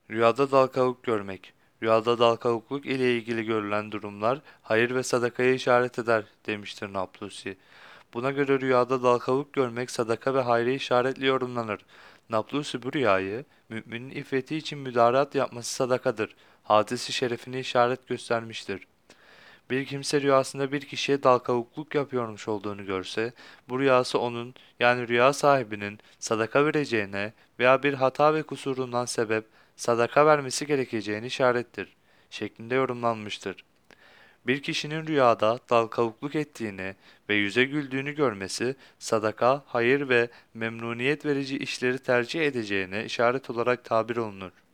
Rüyada dal kavuk görmek. Rüyada dal kavukluk ile ilgili görülen durumlar hayır ve sadakaya işaret eder demiştir Naplusi. Buna göre rüyada dal kavuk görmek sadaka ve hayra işaretli yorumlanır. Naplusi bu rüyayı müminin iffeti için müdarat yapması sadakadır. Hadisi şerefine işaret göstermiştir. Bir kimse rüyasında bir kişiye dal kavukluk yapıyormuş olduğunu görse, bu rüyası onun yani rüya sahibinin sadaka vereceğine veya bir hata ve kusurundan sebep sadaka vermesi gerekeceğini işarettir şeklinde yorumlanmıştır. Bir kişinin rüyada dal kavukluk ettiğini ve yüze güldüğünü görmesi, sadaka, hayır ve memnuniyet verici işleri tercih edeceğine işaret olarak tabir olunur.